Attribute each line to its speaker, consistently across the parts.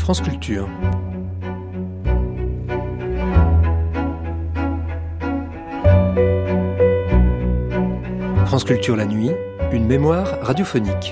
Speaker 1: France Culture. France Culture la nuit, une mémoire radiophonique.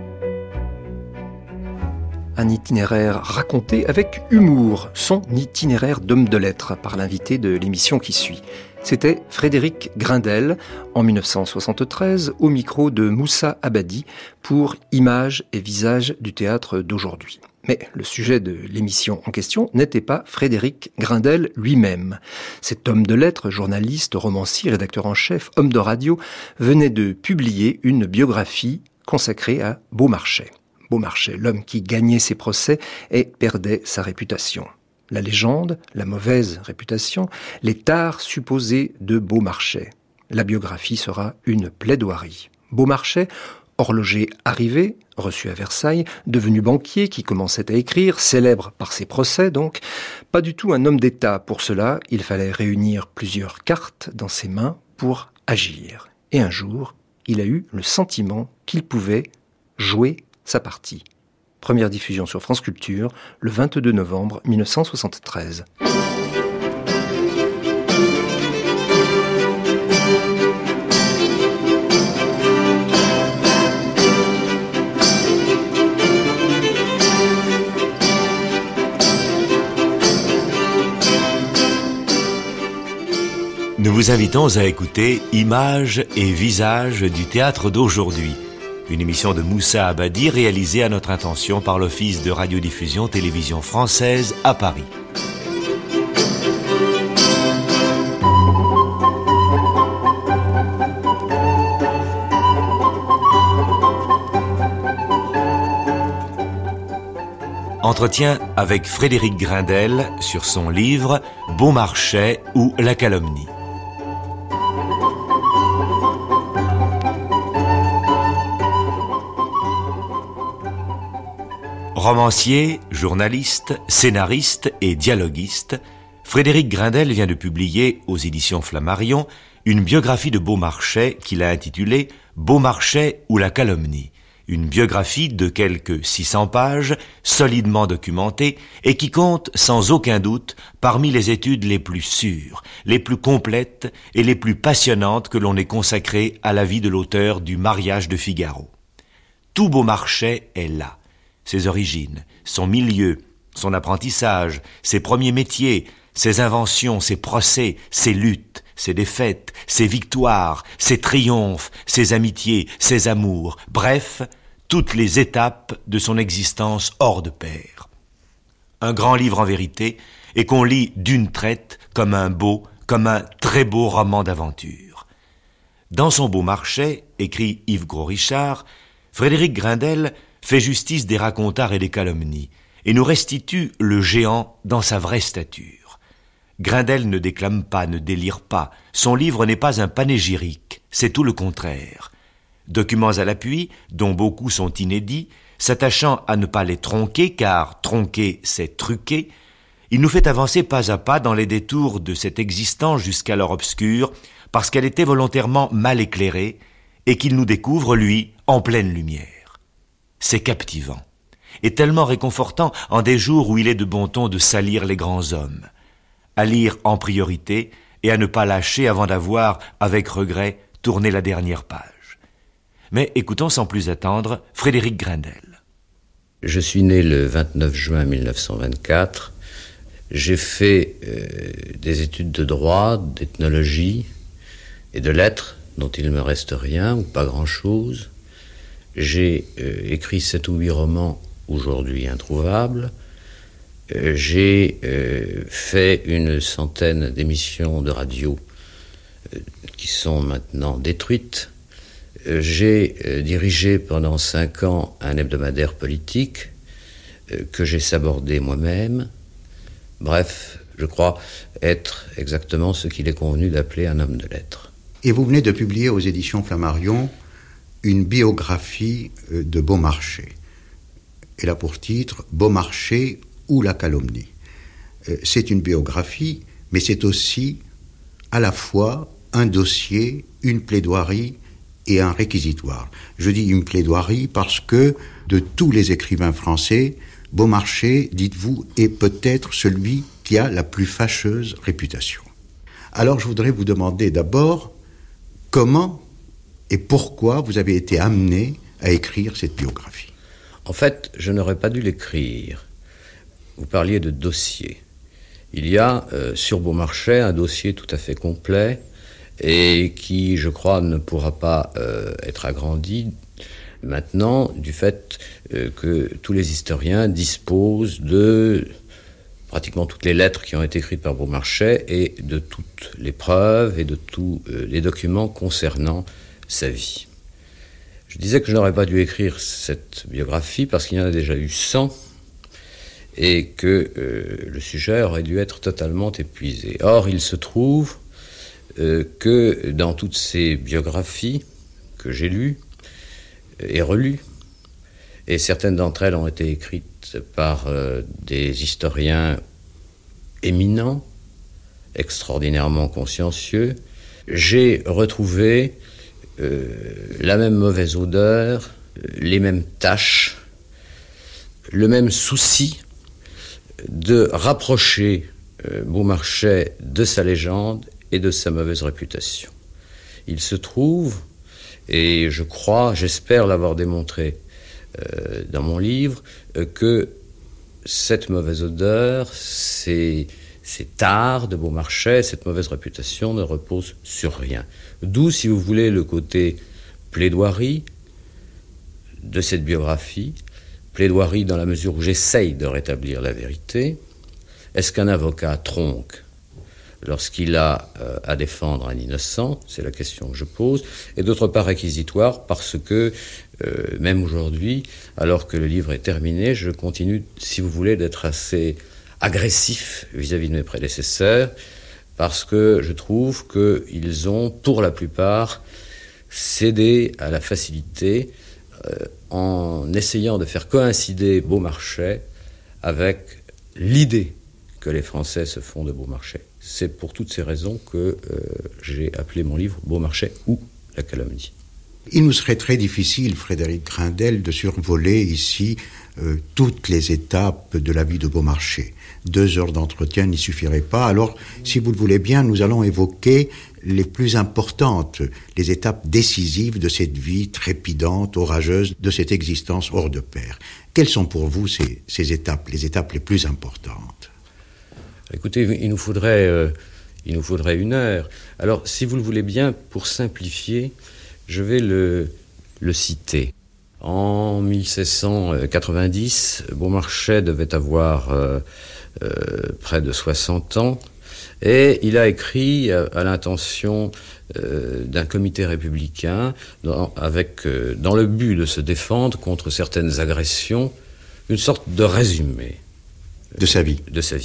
Speaker 1: Un itinéraire raconté avec humour, son itinéraire d'homme de lettres par l'invité de l'émission qui suit. C'était Frédéric Grindel, en 1973, au micro de Moussa Abadi, pour Images et visages du théâtre d'aujourd'hui. Mais le sujet de l'émission en question n'était pas Frédéric Grindel lui-même. Cet homme de lettres, journaliste, romancier, rédacteur en chef, homme de radio, venait de publier une biographie consacrée à Beaumarchais. Beaumarchais, l'homme qui gagnait ses procès et perdait sa réputation. La légende, la mauvaise réputation, les tares supposés de Beaumarchais. La biographie sera une plaidoirie. Beaumarchais, horloger arrivé, reçu à Versailles, devenu banquier qui commençait à écrire, célèbre par ses procès donc, pas du tout un homme d'État. Pour cela, il fallait réunir plusieurs cartes dans ses mains pour agir. Et un jour, il a eu le sentiment qu'il pouvait jouer sa partie. Première diffusion sur France Culture, le 22 novembre 1973.
Speaker 2: Nous vous invitons à écouter Images et visages du théâtre d'aujourd'hui, une émission de Moussa Abadi réalisée à notre intention par l'Office de radiodiffusion télévision française à Paris. Entretien avec Frédéric Grindel sur son livre Beaumarchais ou la calomnie. Romancier, journaliste, scénariste et dialoguiste, Frédéric Grindel vient de publier aux éditions Flammarion une biographie de Beaumarchais qu'il a intitulée Beaumarchais ou la calomnie, une biographie de quelques 600 pages, solidement documentée et qui compte sans aucun doute parmi les études les plus sûres, les plus complètes et les plus passionnantes que l'on ait consacrées à la vie de l'auteur du Mariage de Figaro. Tout Beaumarchais est là. Ses origines, son milieu, son apprentissage, ses premiers métiers, ses inventions, ses procès, ses luttes, ses défaites, ses victoires, ses triomphes, ses amitiés, ses amours, bref, toutes les étapes de son existence hors de pair. Un grand livre en vérité, et qu'on lit d'une traite comme un très beau roman d'aventure. Dans son Beaumarchais, écrit Yves Gros-Richard, Frédéric Grindel fait justice des racontards et des calomnies, et nous restitue le géant dans sa vraie stature. Grindel ne déclame pas, ne délire pas, son livre n'est pas un panégyrique, c'est tout le contraire. Documents à l'appui, dont beaucoup sont inédits, s'attachant à ne pas les tronquer, car tronquer c'est truquer, il nous fait avancer pas à pas dans les détours de cette existence jusqu'alors obscure, parce qu'elle était volontairement mal éclairée, et qu'il nous découvre, lui, en pleine lumière. C'est captivant, et tellement réconfortant en des jours où il est de bon ton de salir les grands hommes, à lire en priorité et à ne pas lâcher avant d'avoir, avec regret, tourné la dernière page. Mais écoutons sans plus attendre Frédéric Grindel.
Speaker 3: Je suis né le 29 juin 1924. J'ai fait des études de droit, d'ethnologie et de lettres, dont il ne me reste rien ou pas grand-chose. J'ai écrit 7 ou 8 romans, aujourd'hui introuvables. J'ai fait une centaine d'émissions de radio qui sont maintenant détruites. J'ai dirigé pendant 5 ans un hebdomadaire politique que j'ai sabordé moi-même. Bref, je crois être exactement ce qu'il est convenu d'appeler un homme de lettres.
Speaker 4: Et vous venez de publier aux éditions Flammarion une biographie de Beaumarchais. Elle a pour titre « Beaumarchais ou la calomnie ». C'est une biographie, mais c'est aussi à la fois un dossier, une plaidoirie et un réquisitoire. Je dis une plaidoirie parce que de tous les écrivains français, Beaumarchais, dites-vous, est peut-être celui qui a la plus fâcheuse réputation. Alors je voudrais vous demander d'abord comment et pourquoi vous avez été amené à écrire cette biographie.
Speaker 3: En fait, je n'aurais pas dû l'écrire. Vous parliez de dossier. Il y a sur Beaumarchais un dossier tout à fait complet et qui, je crois, ne pourra pas être agrandi maintenant du fait que tous les historiens disposent de pratiquement toutes les lettres qui ont été écrites par Beaumarchais et de toutes les preuves et de tous les documents concernant sa vie. Je disais que je n'aurais pas dû écrire cette biographie parce qu'il y en a déjà eu 100 et que le sujet aurait dû être totalement épuisé. Or, il se trouve que dans toutes ces biographies que j'ai lues et relues, et certaines d'entre elles ont été écrites par des historiens éminents, extraordinairement consciencieux, j'ai retrouvé la même mauvaise odeur, les mêmes taches, le même souci de rapprocher Beaumarchais de sa légende et de sa mauvaise réputation. Il se trouve, et je crois, j'espère l'avoir démontré dans mon livre, que cette mauvaise odeur, ces tares de Beaumarchais, cette mauvaise réputation ne repose sur rien. D'où, si vous voulez, le côté plaidoirie de cette biographie, plaidoirie dans la mesure où j'essaye de rétablir la vérité. Est-ce qu'un avocat tronque lorsqu'il a à défendre un innocent? C'est la question que je pose. Et d'autre part réquisitoire parce que, même aujourd'hui, alors que le livre est terminé, je continue, si vous voulez, d'être assez agressif vis-à-vis de mes prédécesseurs, parce que je trouve qu'ils ont, pour la plupart, cédé à la facilité en essayant de faire coïncider Beaumarchais avec l'idée que les Français se font de Beaumarchais. C'est pour toutes ces raisons que j'ai appelé mon livre Beaumarchais ou la calomnie.
Speaker 4: Il nous serait très difficile, Frédéric Grindel, de survoler ici toutes les étapes de la vie de Beaumarchais. 2 heures d'entretien n'y suffiraient pas. Alors, si vous le voulez bien, nous allons évoquer les plus importantes, les étapes décisives de cette vie trépidante, orageuse, de cette existence hors de pair. Quelles sont pour vous ces étapes, les étapes les plus importantes?
Speaker 3: Écoutez, il nous faudrait 1 heure. Alors, si vous le voulez bien, pour simplifier, je vais le citer. En 1790, Beaumarchais devait avoir près de 60 ans, et il a écrit à l'intention d'un comité républicain dans le but de se défendre contre certaines agressions, une sorte de résumé
Speaker 4: de sa vie.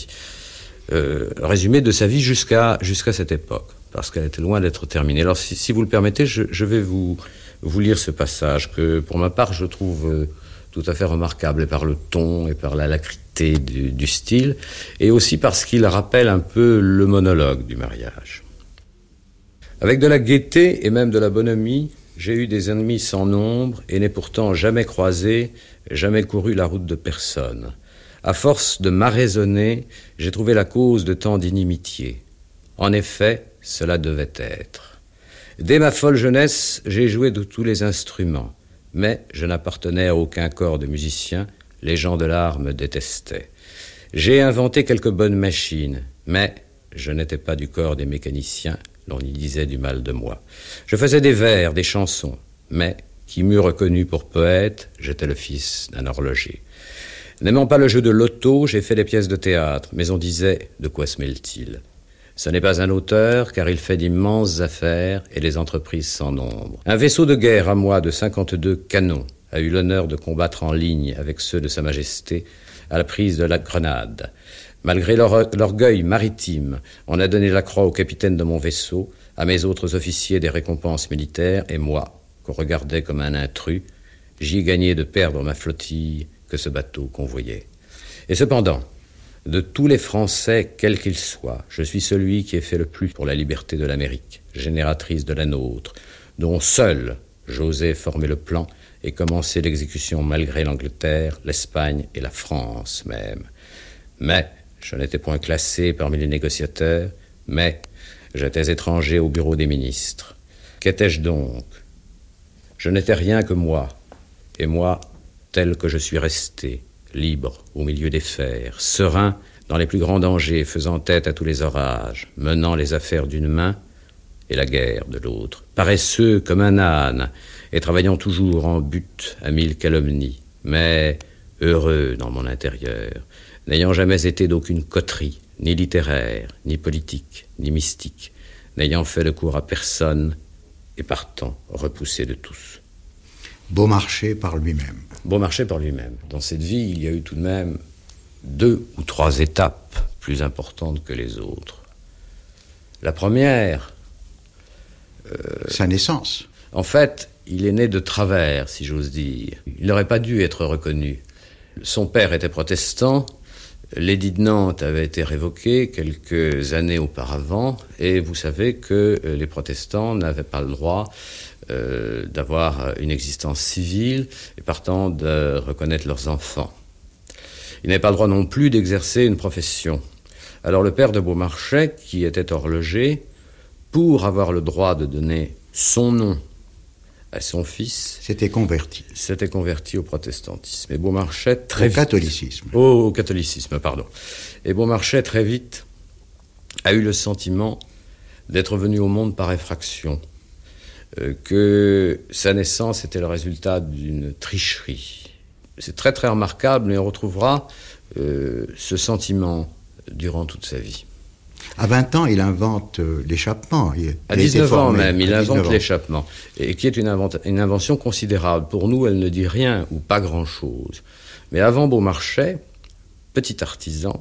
Speaker 3: Résumé de sa vie jusqu'à cette époque, parce qu'elle était loin d'être terminée. Alors, si vous le permettez, je vais vous lire ce passage que, pour ma part, je trouve tout à fait remarquable, et par le ton et par l'alacrité du style, et aussi parce qu'il rappelle un peu le monologue du mariage. Avec de la gaieté et même de la bonhomie, j'ai eu des ennemis sans nombre et n'ai pourtant jamais croisé, jamais couru la route de personne. À force de m'arraisonner, j'ai trouvé la cause de tant d'inimitié. En effet, cela devait être. Dès ma folle jeunesse, j'ai joué de tous les instruments, mais je n'appartenais à aucun corps de musiciens, les gens de l'art me détestaient. J'ai inventé quelques bonnes machines, mais je n'étais pas du corps des mécaniciens, l'on y disait du mal de moi. Je faisais des vers, des chansons, mais, qui m'eût reconnu pour poète, j'étais le fils d'un horloger. N'aimant pas le jeu de loto, j'ai fait des pièces de théâtre, mais on disait « de quoi se mêle-t-il » Ce n'est pas un auteur, car il fait d'immenses affaires et des entreprises sans nombre. Un vaisseau de guerre à moi de 52 canons a eu l'honneur de combattre en ligne avec ceux de Sa Majesté à la prise de la Grenade. Malgré l'orgueil maritime, on a donné la croix au capitaine de mon vaisseau, à mes autres officiers des récompenses militaires, et moi, qu'on regardait comme un intrus, j'y ai gagné de perdre ma flottille que ce bateau convoyait. Et cependant, de tous les Français, quels qu'ils soient, je suis celui qui ait fait le plus pour la liberté de l'Amérique, génératrice de la nôtre, dont seul j'osais former le plan et commencer l'exécution malgré l'Angleterre, l'Espagne et la France même. Mais je n'étais point classé parmi les négociateurs, mais j'étais étranger au bureau des ministres. Qu'étais-je donc? Je n'étais rien que moi, et moi, tel que je suis resté, libre au milieu des fers, serein dans les plus grands dangers, faisant tête à tous les orages, menant les affaires d'une main et la guerre de l'autre, paresseux comme un âne, et travaillant toujours en but à 1000 calomnies, mais heureux dans mon intérieur, n'ayant jamais été d'aucune coterie, ni littéraire, ni politique, ni mystique, n'ayant fait de cours à personne, et partant repoussé de tous.
Speaker 4: Beaumarchais par lui-même.
Speaker 3: Beaumarchais par lui-même. Dans cette vie, il y a eu tout de même 2 ou 3 étapes plus importantes que les autres. La première...
Speaker 4: sa naissance.
Speaker 3: En fait, il est né de travers, si j'ose dire. Il n'aurait pas dû être reconnu. Son père était protestant, l'édit de Nantes avait été révoqué quelques années auparavant, et vous savez que les protestants n'avaient pas le droit d'avoir une existence civile, et partant de reconnaître leurs enfants. Ils n'avaient pas le droit non plus d'exercer une profession. Alors le père de Beaumarchais, qui était horloger, pour avoir le droit de donner son nom à son fils... S'était converti au protestantisme. Et Beaumarchais très vite... Au catholicisme, pardon. Et Beaumarchais très vite a eu le sentiment d'être venu au monde par effraction, que sa naissance était le résultat d'une tricherie. C'est très très remarquable, et on retrouvera ce sentiment durant toute sa vie.
Speaker 4: À 20 ans, il invente l'échappement.
Speaker 3: À 19 ans même, il invente l'échappement, et qui est une invention considérable. Pour nous, elle ne dit rien ou pas grand-chose. Mais avant Beaumarchais, petit artisan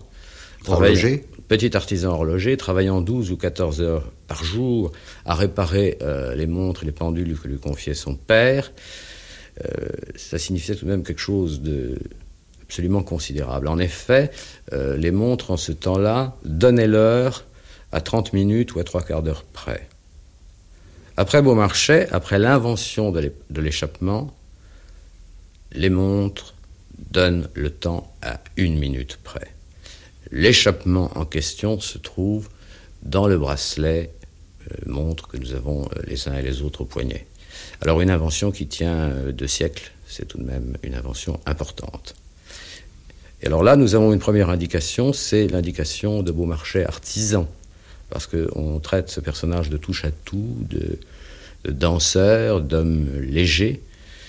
Speaker 3: horloger, travaillant 12 ou 14 heures par jour à réparer les montres et les pendules que lui confiait son père, ça signifiait tout de même quelque chose de absolument considérable. En effet, les montres en ce temps-là donnaient l'heure à 30 minutes ou à 3/4 d'heure près. Après Beaumarchais, après l'invention de l'échappement, les montres donnent le temps à 1 minute près. L'échappement en question se trouve dans le bracelet montre que nous avons les uns et les autres au poignet. Alors une invention qui tient 2 siècles, c'est tout de même une invention importante. Et alors là, nous avons une première indication, c'est l'indication de Beaumarchais artisan, parce qu'on traite ce personnage de touche à tout, de danseur, d'homme léger.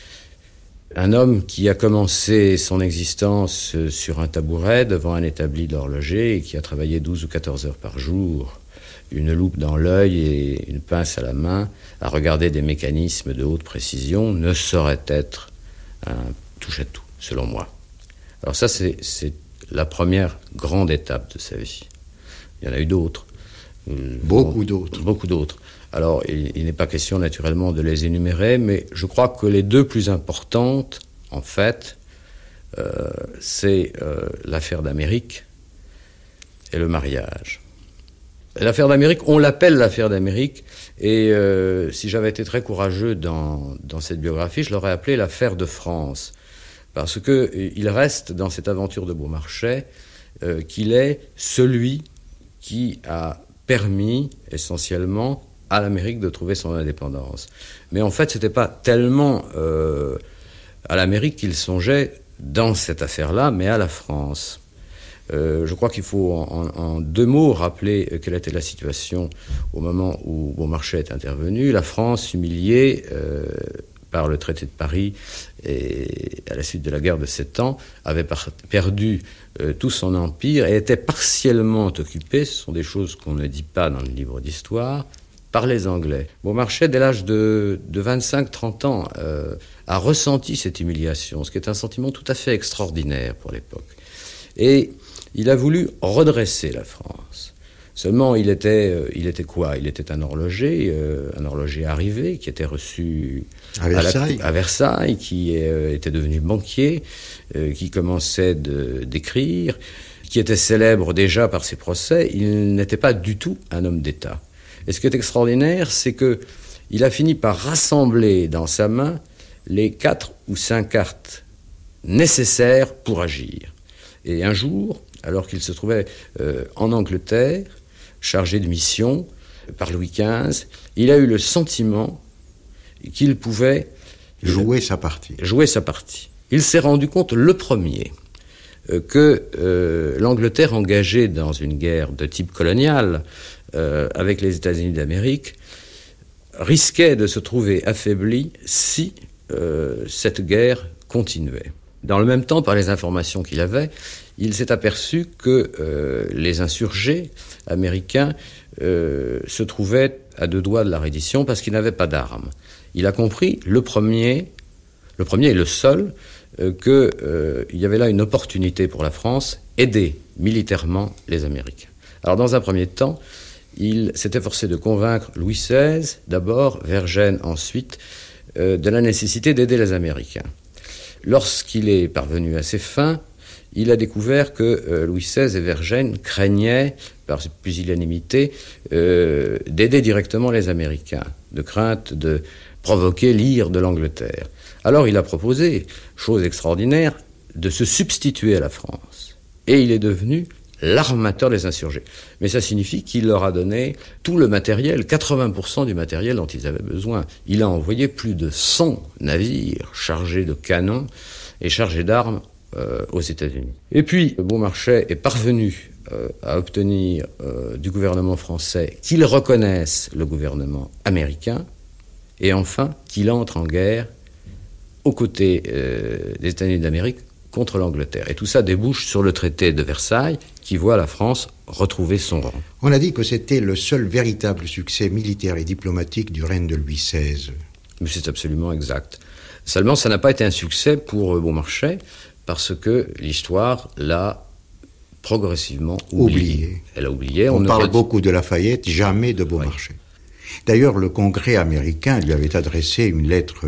Speaker 3: Un homme qui a commencé son existence sur un tabouret devant un établi d'horloger et qui a travaillé 12 ou 14 heures par jour, une loupe dans l'œil et une pince à la main, à regarder des mécanismes de haute précision, ne saurait être un touche à tout, selon moi. Alors ça, c'est la première grande étape de sa vie. Il y en a eu d'autres.
Speaker 4: Beaucoup d'autres.
Speaker 3: Alors, il n'est pas question, naturellement, de les énumérer, mais je crois que les 2 plus importantes, en fait, c'est l'affaire d'Amérique et le mariage. L'affaire d'Amérique, on l'appelle l'affaire d'Amérique, et si j'avais été très courageux dans cette biographie, je l'aurais appelée l'affaire de France. Parce qu'il reste dans cette aventure de Beaumarchais qu'il est celui qui a permis essentiellement à l'Amérique de trouver son indépendance. Mais en fait, ce n'était pas tellement à l'Amérique qu'il songeait dans cette affaire-là, mais à la France. Je crois qu'il faut en 2 mots rappeler quelle était la situation au moment où Beaumarchais est intervenu. La France, humiliée par le traité de Paris et à la suite de la guerre de 7 ans, avait perdu tout son empire et était partiellement occupée, ce sont des choses qu'on ne dit pas dans le livre d'histoire, par les Anglais. Beaumarchais, dès l'âge de 25-30 ans, a ressenti cette humiliation, ce qui est un sentiment tout à fait extraordinaire pour l'époque. Et il a voulu redresser la France. Seulement, il était quoi? Il était un horloger arrivé, qui était reçu à Versailles, qui était devenu banquier, qui commençait d'écrire, qui était célèbre déjà par ses procès. Il n'était pas du tout un homme d'État. Et ce qui est extraordinaire, c'est qu'il a fini par rassembler dans sa main les 4 ou 5 cartes nécessaires pour agir. Et un jour, alors qu'il se trouvait en Angleterre, chargé de mission par Louis XV, il a eu le sentiment qu'il pouvait
Speaker 4: jouer sa partie.
Speaker 3: Il s'est rendu compte, le premier, que l'Angleterre, engagée dans une guerre de type colonial avec les États-Unis d'Amérique, risquait de se trouver affaiblie si cette guerre continuait. Dans le même temps, par les informations qu'il avait, il s'est aperçu que les insurgés américains se trouvaient à 2 doigts de la reddition parce qu'ils n'avaient pas d'armes. Il a compris, le premier et le seul, qu'il y avait là une opportunité pour la France, aider militairement les Américains. Alors dans un premier temps, il s'était forcé de convaincre Louis XVI, d'abord, Vergennes ensuite, de la nécessité d'aider les Américains. Lorsqu'il est parvenu à ses fins, il a découvert que Louis XVI et Vergennes craignaient, par pusillanimité, d'aider directement les Américains, de crainte de provoquer l'ire de l'Angleterre. Alors il a proposé, chose extraordinaire, de se substituer à la France. Et il est devenu l'armateur des insurgés. Mais ça signifie qu'il leur a donné tout le matériel, 80% du matériel dont ils avaient besoin. Il a envoyé plus de 100 navires chargés de canons et chargés d'armes aux États-Unis. Et puis, Beaumarchais est parvenu à obtenir du gouvernement français qu'il reconnaisse le gouvernement américain et enfin qu'il entre en guerre aux côtés des États-Unis d'Amérique contre l'Angleterre. Et tout ça débouche sur le traité de Versailles qui voit la France retrouver son rang.
Speaker 4: On a dit que c'était le seul véritable succès militaire et diplomatique du règne de Louis XVI.
Speaker 3: Mais c'est absolument exact. Seulement, ça n'a pas été un succès pour Beaumarchais parce que l'histoire l'a progressivement oublié. Elle a oublié.
Speaker 4: On parle beaucoup de Lafayette, jamais de Beaumarchais. Oui. D'ailleurs, le Congrès américain lui avait adressé une lettre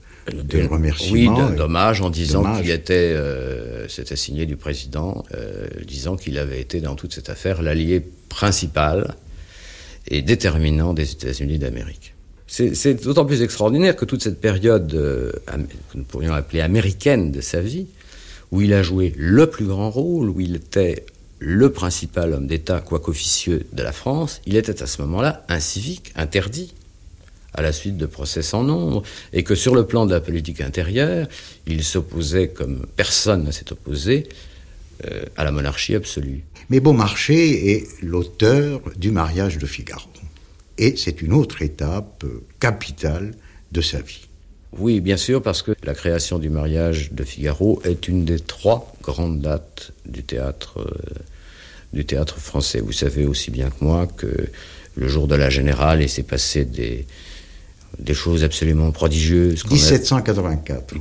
Speaker 4: de remerciement.
Speaker 3: Oui, d'hommage, en disant qu'il était, c'était signé du président, disant qu'il avait été dans toute cette affaire l'allié principal et déterminant des États-Unis d'Amérique. C'est d'autant plus extraordinaire que toute cette période que nous pourrions appeler américaine de sa vie, où il a joué le plus grand rôle, où il était le principal homme d'État, quoique officieux, de la France, il était à ce moment-là incivique, interdit, à la suite de procès sans nombre, et que sur le plan de la politique intérieure, il s'opposait, comme personne ne s'est opposé, à la monarchie absolue.
Speaker 4: Mais Beaumarchais est l'auteur du mariage de Figaro. Et c'est une autre étape capitale de sa vie.
Speaker 3: Oui, bien sûr, parce que la création du mariage de Figaro est une des 3 grandes dates du théâtre français. Vous savez aussi bien que moi que le jour de la Générale, il s'est passé des choses absolument prodigieuses.
Speaker 4: 1784.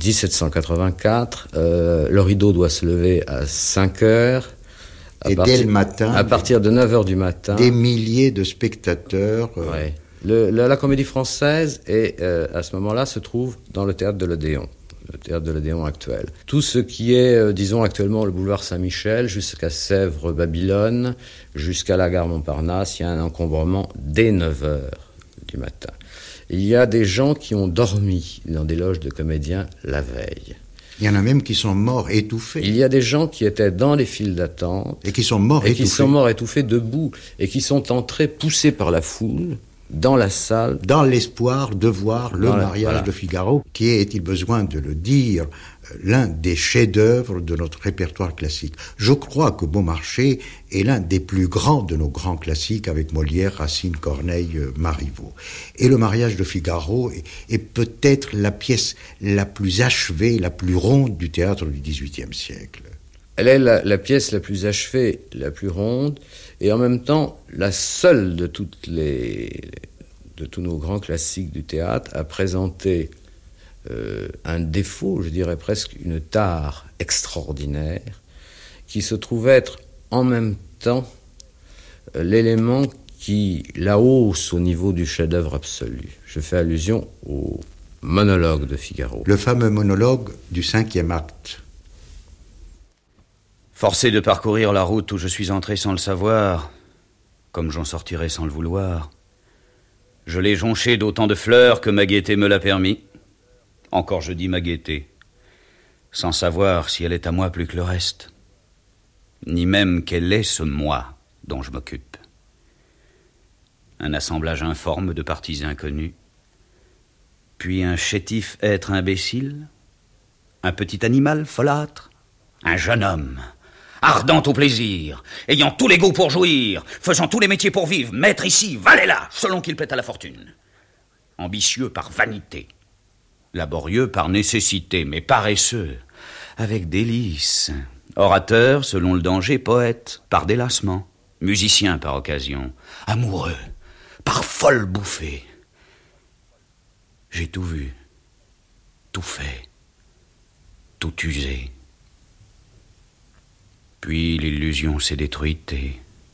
Speaker 3: 1784. Le rideau doit se lever à 5 heures.
Speaker 4: Dès le matin,
Speaker 3: à partir de 9 heures du matin,
Speaker 4: des milliers de spectateurs.
Speaker 3: Ouais. La Comédie Française à ce moment-là se trouve dans le théâtre de l'Odéon, le théâtre de l'Odéon actuel. Tout ce qui est, disons actuellement, le boulevard Saint-Michel, jusqu'à Sèvres-Babylone, jusqu'à la gare Montparnasse, il y a un encombrement dès 9 heures du matin. Il y a des gens qui ont dormi dans des loges de comédiens la veille.
Speaker 4: Il y en a même qui sont morts étouffés.
Speaker 3: Il y a des gens qui étaient dans les files d'attente.
Speaker 4: Et qui sont morts étouffés.
Speaker 3: Et qui sont morts étouffés debout. Et qui sont entrés poussés par la foule dans la salle.
Speaker 4: Dans l'espoir de voir le mariage de Figaro, qui est, est-il besoin de le dire, l'un des chefs-d'œuvre de notre répertoire classique. Je crois que Beaumarchais est l'un des plus grands de nos grands classiques avec Molière, Racine, Corneille, Marivaux. Et le mariage de Figaro est peut-être la pièce la plus achevée, la plus ronde du théâtre du XVIIIe siècle.
Speaker 3: Elle est la pièce la plus achevée, la plus ronde, et en même temps la seule de tous nos grands classiques du théâtre à présenter un défaut, je dirais presque une tare extraordinaire, qui se trouve être en même temps l'élément qui la hausse au niveau du chef-d'œuvre absolu. Je fais allusion au monologue de Figaro.
Speaker 4: Le fameux monologue du 5e acte.
Speaker 5: Forcé de parcourir la route où je suis entré sans le savoir, comme j'en sortirai sans le vouloir, je l'ai jonché d'autant de fleurs que ma gaieté me l'a permis. Encore je dis ma gaieté, sans savoir si elle est à moi plus que le reste, ni même quel est ce moi dont je m'occupe. Un assemblage informe de parties inconnues, puis un chétif être imbécile, un petit animal folâtre, un jeune homme, ardent au plaisir, ayant tous les goûts pour jouir, faisant tous les métiers pour vivre, maître ici, valet là, selon qu'il plaît à la fortune. Ambitieux par vanité, laborieux par nécessité, mais paresseux, avec délice. Orateur selon le danger, poète par délassement, musicien par occasion, amoureux par folle bouffée. J'ai tout vu, tout fait, tout usé. Puis l'illusion s'est détruite et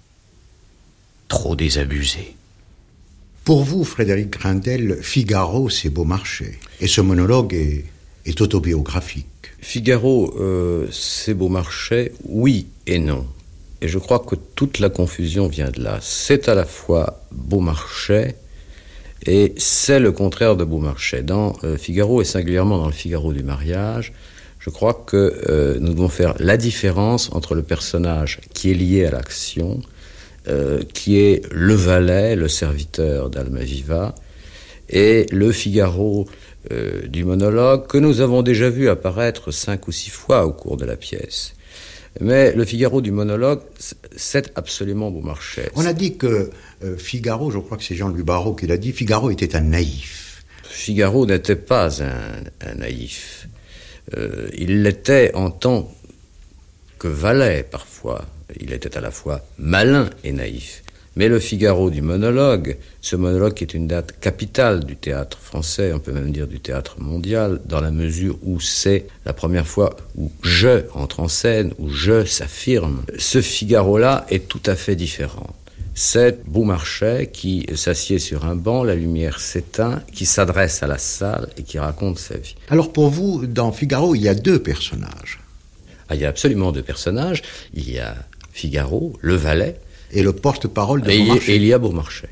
Speaker 5: trop désabusée.
Speaker 4: Pour vous, Frédéric Grindel, Figaro, c'est Beaumarchais. Et ce monologue est autobiographique.
Speaker 3: Figaro, c'est Beaumarchais, oui et non. Et je crois que toute la confusion vient de là. C'est à la fois Beaumarchais et c'est le contraire de Beaumarchais. Dans Figaro, et singulièrement dans le Figaro du mariage, je crois que nous devons faire la différence entre le personnage qui est lié à l'action, qui est le valet, le serviteur d'Almaviva, et le Figaro du monologue que nous avons déjà vu apparaître 5 ou 6 fois au cours de la pièce. Mais le Figaro du monologue, c'est absolument Beaumarchais.
Speaker 4: On a dit que Figaro, je crois que c'est Jean-Louis Barrault qui l'a dit, Figaro était un naïf.
Speaker 3: Figaro n'était pas un naïf. Il l'était en tant que valet, parfois. Il était à la fois malin et naïf. Mais le Figaro du monologue, ce monologue qui est une date capitale du théâtre français, on peut même dire du théâtre mondial, dans la mesure où c'est la première fois où je entre en scène, où je s'affirme, ce Figaro-là est tout à fait différent. C'est Beaumarchais qui s'assied sur un banc, la lumière s'éteint, qui s'adresse à la salle et qui raconte sa vie.
Speaker 4: Alors pour vous, dans Figaro, il y a 2 personnages.
Speaker 3: Il y a absolument 2 personnages. Il y a Figaro, le valet,
Speaker 4: et le porte-parole de Beaumarchais.
Speaker 3: Et il y a Beaumarchais.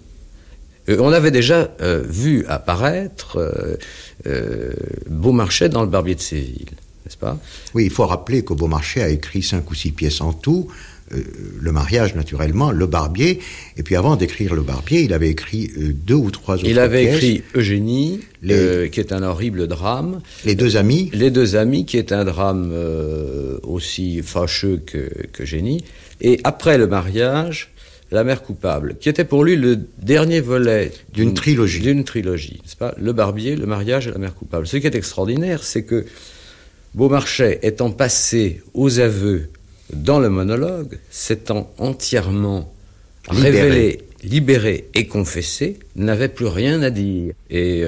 Speaker 3: On avait déjà vu apparaître Beaumarchais dans Le Barbier de Séville, n'est-ce pas ?
Speaker 4: Oui, il faut rappeler que Beaumarchais a écrit 5 ou 6 pièces en tout, le mariage naturellement, le Barbier, et puis avant d'écrire le Barbier, il avait écrit 2 ou 3 autres pièces.
Speaker 3: Il avait écrit Eugénie, qui est un horrible drame.
Speaker 4: Les 2 amis.
Speaker 3: Les 2 amis, qui est un drame aussi fâcheux qu'Eugénie. Et après le mariage, La mère coupable, qui était pour lui le dernier volet
Speaker 4: d'une trilogie.
Speaker 3: N'est-ce pas ? Le Barbier, le mariage et La mère coupable. Ce qui est extraordinaire, c'est que Beaumarchais, étant passé aux aveux dans le monologue, s'étant entièrement révélé, libéré et confessé, n'avait plus rien à dire. Et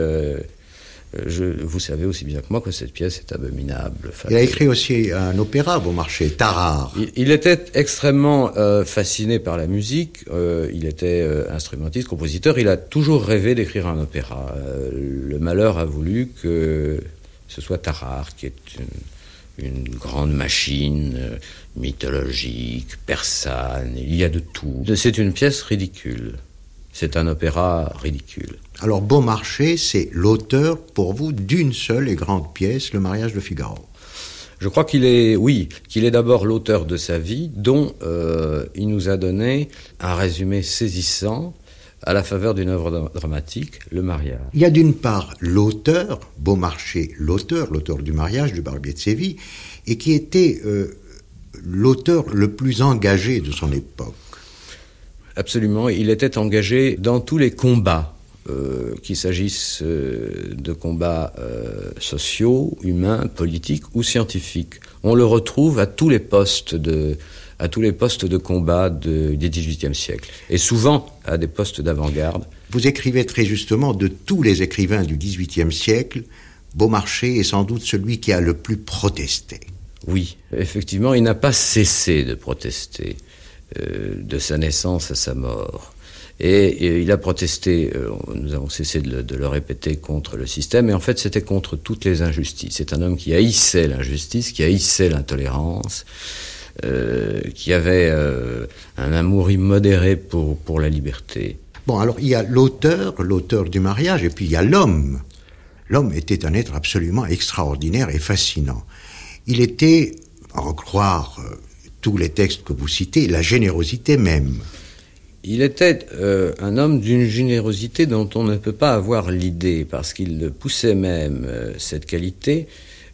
Speaker 3: vous savez aussi bien que moi que cette pièce est abominable.
Speaker 4: Il a écrit aussi un opéra, Beaumarchais, Tarare.
Speaker 3: Il était extrêmement fasciné par la musique. Il était instrumentiste, compositeur. Il a toujours rêvé d'écrire un opéra. Le malheur a voulu que ce soit Tarare, qui est une grande machine mythologique, persane. Il y a de tout. C'est une pièce ridicule. C'est un opéra ridicule.
Speaker 4: Alors Beaumarchais, c'est l'auteur, pour vous, d'une seule et grande pièce, Le mariage de Figaro.
Speaker 3: Je crois qu'il est d'abord l'auteur de sa vie, dont il nous a donné un résumé saisissant à la faveur d'une œuvre dramatique, Le mariage.
Speaker 4: Il y a d'une part l'auteur, Beaumarchais, l'auteur du mariage du Barbier de Séville, et qui était l'auteur le plus engagé de son époque.
Speaker 3: Absolument, il était engagé dans tous les combats, qu'il s'agisse de combats sociaux, humains, politiques ou scientifiques. On le retrouve à tous les postes de combat du XVIIIe siècle, et souvent à des postes d'avant-garde.
Speaker 4: Vous écrivez très justement, de tous les écrivains du XVIIIe siècle, Beaumarchais est sans doute celui qui a le plus protesté.
Speaker 3: Oui, effectivement, il n'a pas cessé de protester, de sa naissance à sa mort. Et il a protesté, nous avons cessé de le répéter, contre le système, et en fait c'était contre toutes les injustices. C'est un homme qui haïssait l'injustice, qui haïssait l'intolérance, qui avait un amour immodéré pour la liberté.
Speaker 4: Bon, alors il y a l'auteur du mariage, et puis il y a l'homme. L'homme était un être absolument extraordinaire et fascinant. Il était, à en croire tous les textes que vous citez, la générosité même.
Speaker 3: Il était un homme d'une générosité dont on ne peut pas avoir l'idée, parce qu'il poussait même cette qualité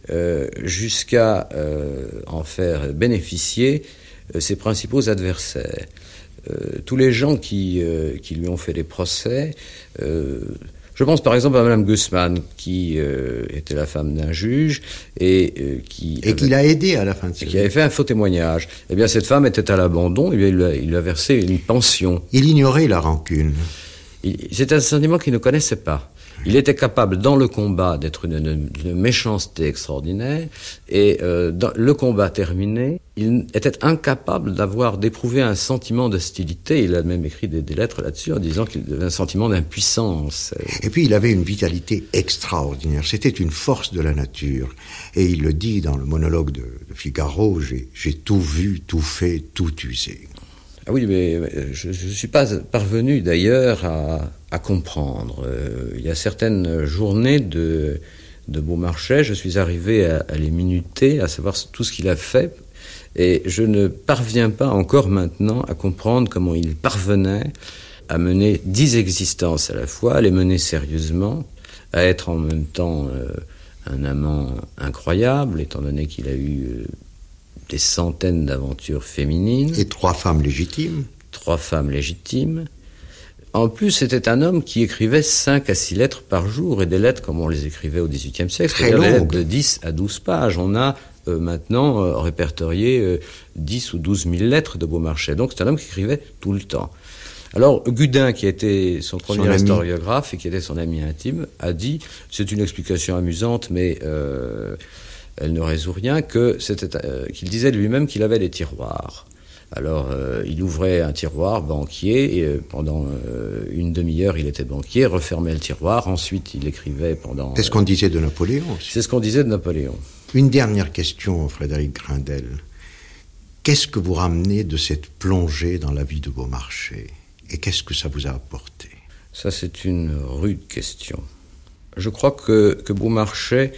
Speaker 3: jusqu'à en faire bénéficier ses principaux adversaires. Tous les gens qui lui ont fait des procès, je pense par exemple à Madame Gusman, qui était la femme d'un juge et qui
Speaker 4: l'a aidé à la fin de sa vie.
Speaker 3: Qui avait fait un faux témoignage. Eh bien, cette femme était à l'abandon, et bien, il lui a versé une pension.
Speaker 4: Il ignorait la rancune.
Speaker 3: C'est un sentiment qu'il ne connaissait pas. Il était capable, dans le combat, d'être d'une méchanceté extraordinaire, et dans le combat terminé, il était incapable d'éprouver un sentiment d'hostilité. Il a même écrit des lettres là-dessus en disant qu'il avait un sentiment d'impuissance.
Speaker 4: Et puis il avait une vitalité extraordinaire. C'était une force de la nature. Et il le dit dans le monologue de Figaro, j'ai tout vu, tout fait, tout usé.
Speaker 3: Ah oui, mais je ne suis pas parvenu d'ailleurs à comprendre. Il y a certaines journées de Beaumarchais, je suis arrivé à les minuter, à savoir tout ce qu'il a fait, et je ne parviens pas encore maintenant à comprendre comment il parvenait à mener 10 existences à la fois, à les mener sérieusement, à être en même temps un amant incroyable, étant donné qu'il a eu des centaines d'aventures féminines.
Speaker 4: Et 3 femmes légitimes.
Speaker 3: 3 femmes légitimes. En plus, c'était un homme qui écrivait 5 à 6 lettres par jour, et des lettres comme on les écrivait au XVIIIe siècle,
Speaker 4: très
Speaker 3: c'est-à-dire des lettres
Speaker 4: longues.
Speaker 3: de 10 à 12 pages. On a maintenant répertorié 10 ou 12 000 lettres de Beaumarchais. Donc c'est un homme qui écrivait tout le temps. Alors Gudin, qui était son premier historiographe et qui était son ami intime, a dit, c'est une explication amusante, mais elle ne résout rien, qu'il disait de lui-même qu'il avait des tiroirs. Alors, il ouvrait un tiroir banquier, et pendant une demi-heure, il était banquier, refermait le tiroir, ensuite il écrivait pendant...
Speaker 4: C'est ce qu'on disait de Napoléon aussi.
Speaker 3: C'est ce qu'on disait de Napoléon.
Speaker 4: Une dernière question, Frédéric Grindel. Qu'est-ce que vous ramenez de cette plongée dans la vie de Beaumarchais? Et qu'est-ce que ça vous a apporté?
Speaker 3: Ça, c'est une rude question. Je crois que Beaumarchais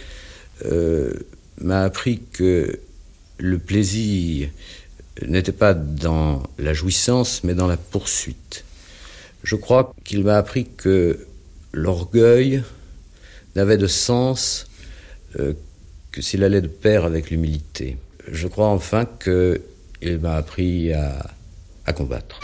Speaker 3: m'a appris que le plaisir n'était pas dans la jouissance, mais dans la poursuite. Je crois qu'il m'a appris que l'orgueil n'avait de sens que s'il allait de pair avec l'humilité. Je crois enfin qu'il m'a appris à combattre.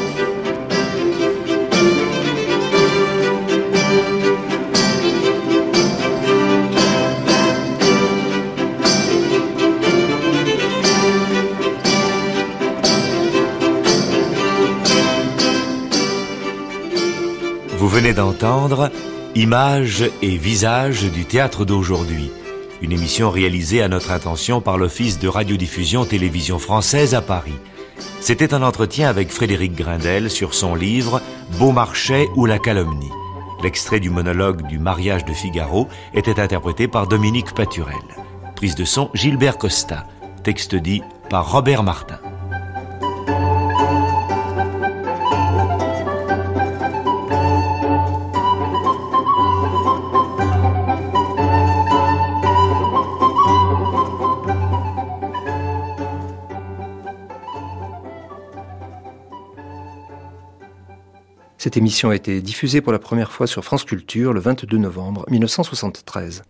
Speaker 2: Vous venez d'entendre Images et visages du théâtre d'aujourd'hui, une émission réalisée à notre intention par l'Office de radiodiffusion télévision française à Paris. C'était un entretien avec Frédéric Grindel sur son livre Beaumarchais ou la calomnie. L'extrait du monologue du mariage de Figaro était interprété par Dominique Paturel. Prise de son Gilbert Costa. Texte dit par Robert Martin.
Speaker 1: Cette émission a été diffusée pour la première fois sur France Culture le 22 novembre 1973.